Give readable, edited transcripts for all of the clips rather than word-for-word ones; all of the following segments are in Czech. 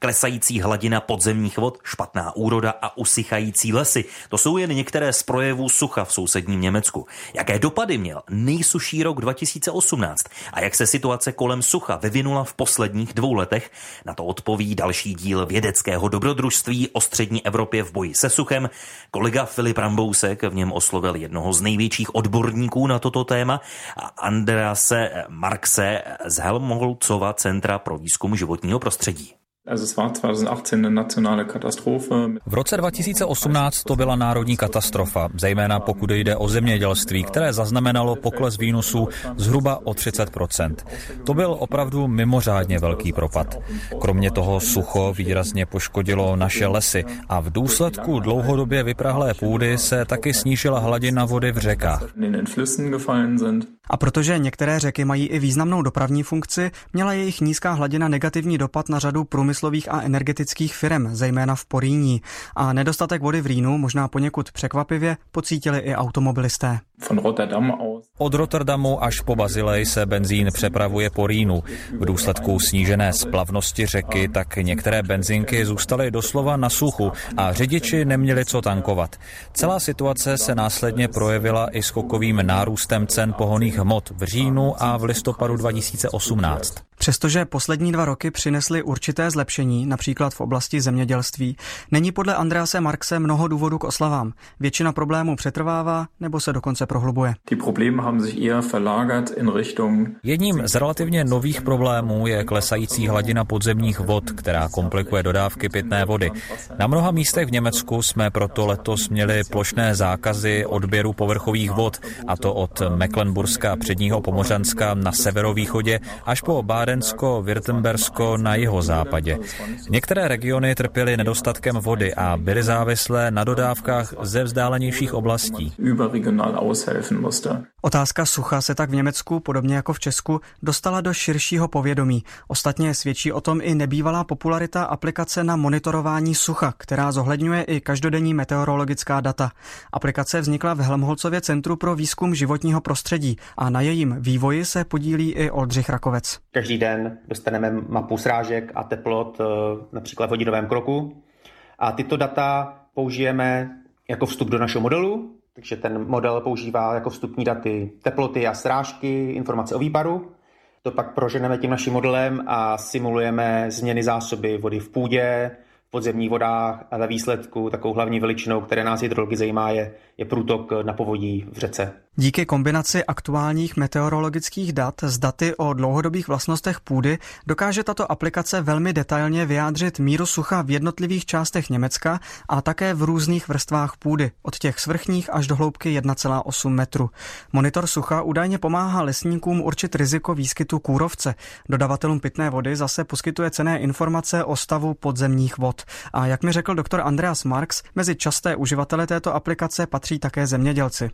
Klesající hladina podzemních vod, špatná úroda a usychající lesy. To jsou jen některé z projevů sucha v sousedním Německu. Jaké dopady měl nejsušší rok 2018 a jak se situace kolem sucha vyvinula v posledních 2 letech, na to odpoví další díl vědeckého dobrodružství o střední Evropě v boji se suchem. Kolega Filip Rambousek v něm oslovil jednoho z největších odborníků na toto téma, Andrease Marxe z Helmholtzova Centra pro výzkum životního prostředí. V roce 2018 to byla národní katastrofa, zejména pokud jde o zemědělství, které zaznamenalo pokles výnosů zhruba o 30%. To byl opravdu mimořádně velký propad. Kromě toho sucho výrazně poškodilo naše lesy a v důsledku dlouhodobě vyprahlé půdy se taky snížila hladina vody v řekách. A protože některé řeky mají i významnou dopravní funkci, měla jejich nízká hladina negativní dopad na řadu průmyslových a energetických firem, zejména v Porýní. A nedostatek vody v Rýnu, možná poněkud překvapivě, pocítili i automobilisté. Od Rotterdamu až po Bazilej se benzín přepravuje po Rýnu. V důsledku snížené splavnosti řeky tak některé benzinky zůstaly doslova na suchu a řidiči neměli co tankovat. Celá situace se následně projevila i skokovým nárůstem cen pohonných hmot v říjnu a v listopadu 2018. Přestože poslední 2 roky přinesly určité zlepšení, například v oblasti zemědělství, není podle Andrease Marxe mnoho důvodů k oslavám. Většina problémů přetrvává nebo se dokonce prohlubuje. Jedním z relativně nových problémů je klesající hladina podzemních vod, která komplikuje dodávky pitné vody. Na mnoha místech v Německu jsme proto letos měli plošné zákazy odběru povrchových vod, a to od Mecklenburska předního Pomořanska na severovýchodě až po Bádensko-Württembersko na jihozápadě. Některé regiony trpěly nedostatkem vody a byly závislé na dodávkách ze vzdálenějších oblastí. Otázka sucha se tak v Německu, podobně jako v Česku, dostala do širšího povědomí. Ostatně svědčí o tom i nebývalá popularita aplikace na monitorování sucha, která zohledňuje i každodenní meteorologická data. Aplikace vznikla v Helmholtzově Centru pro výzkum životního prostředí a na jejím vývoji se podílí i Oldřich Rakovec. Každý den dostaneme mapu srážek a teplot například v hodinovém kroku a tyto data použijeme jako vstup do našeho modelu, takže ten model používá jako vstupní daty teploty a srážky, informace o výparu. To pak proženeme tím naším modelem a simulujeme změny zásoby vody v půdě, v podzemních vodách a ve výsledku takovou hlavní veličinou, které nás hydrology zajímá, je průtok na povodí v řece. Díky kombinaci aktuálních meteorologických dat s daty o dlouhodobých vlastnostech půdy dokáže tato aplikace velmi detailně vyjádřit míru sucha v jednotlivých částech Německa a také v různých vrstvách půdy, od těch svrchních až do hloubky 1,8 metru. Monitor sucha údajně pomáhá lesníkům určit riziko výskytu kůrovce. Dodavatelům pitné vody zase poskytuje cenné informace o stavu podzemních vod. A jak mi řekl doktor Andreas Marx, mezi časté uživatele této aplikace patří také zemědělci.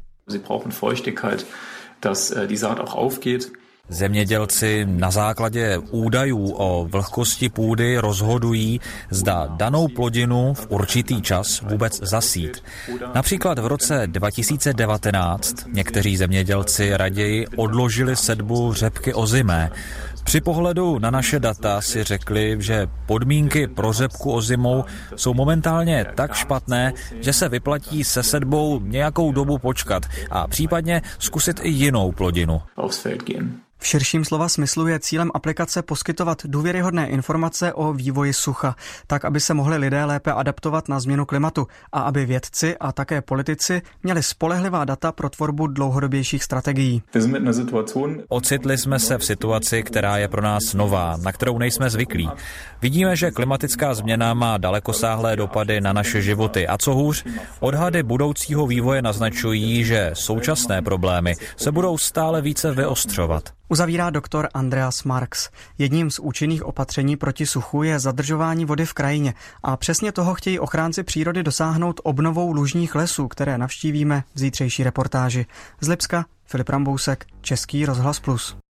Zemědělci na základě údajů o vlhkosti půdy rozhodují, zda danou plodinu v určitý čas vůbec zasít. Například v roce 2019 někteří zemědělci raději odložili setbu řepky ozimé. Při pohledu na naše data si řekli, že podmínky pro řepku ozimou jsou momentálně tak špatné, že se vyplatí se setbou nějakou dobu počkat a případně zkusit i jinou plodinu. V širším slova smyslu je cílem aplikace poskytovat důvěryhodné informace o vývoji sucha, tak aby se mohli lidé lépe adaptovat na změnu klimatu a aby vědci a také politici měli spolehlivá data pro tvorbu dlouhodobějších strategií. Ocitli jsme se v situaci, která je pro nás nová, na kterou nejsme zvyklí. Vidíme, že klimatická změna má dalekosáhlé dopady na naše životy a co hůř, odhady budoucího vývoje naznačují, že současné problémy se budou stále více vyostřovat. Uzavírá doktor Andreas Marx. Jedním z účinných opatření proti suchu je zadržování vody v krajině a přesně toho chtějí ochránci přírody dosáhnout obnovou lužních lesů, které navštívíme v zítřejší reportáži. Z Lipska Filip Rambousek, Český rozhlas Plus.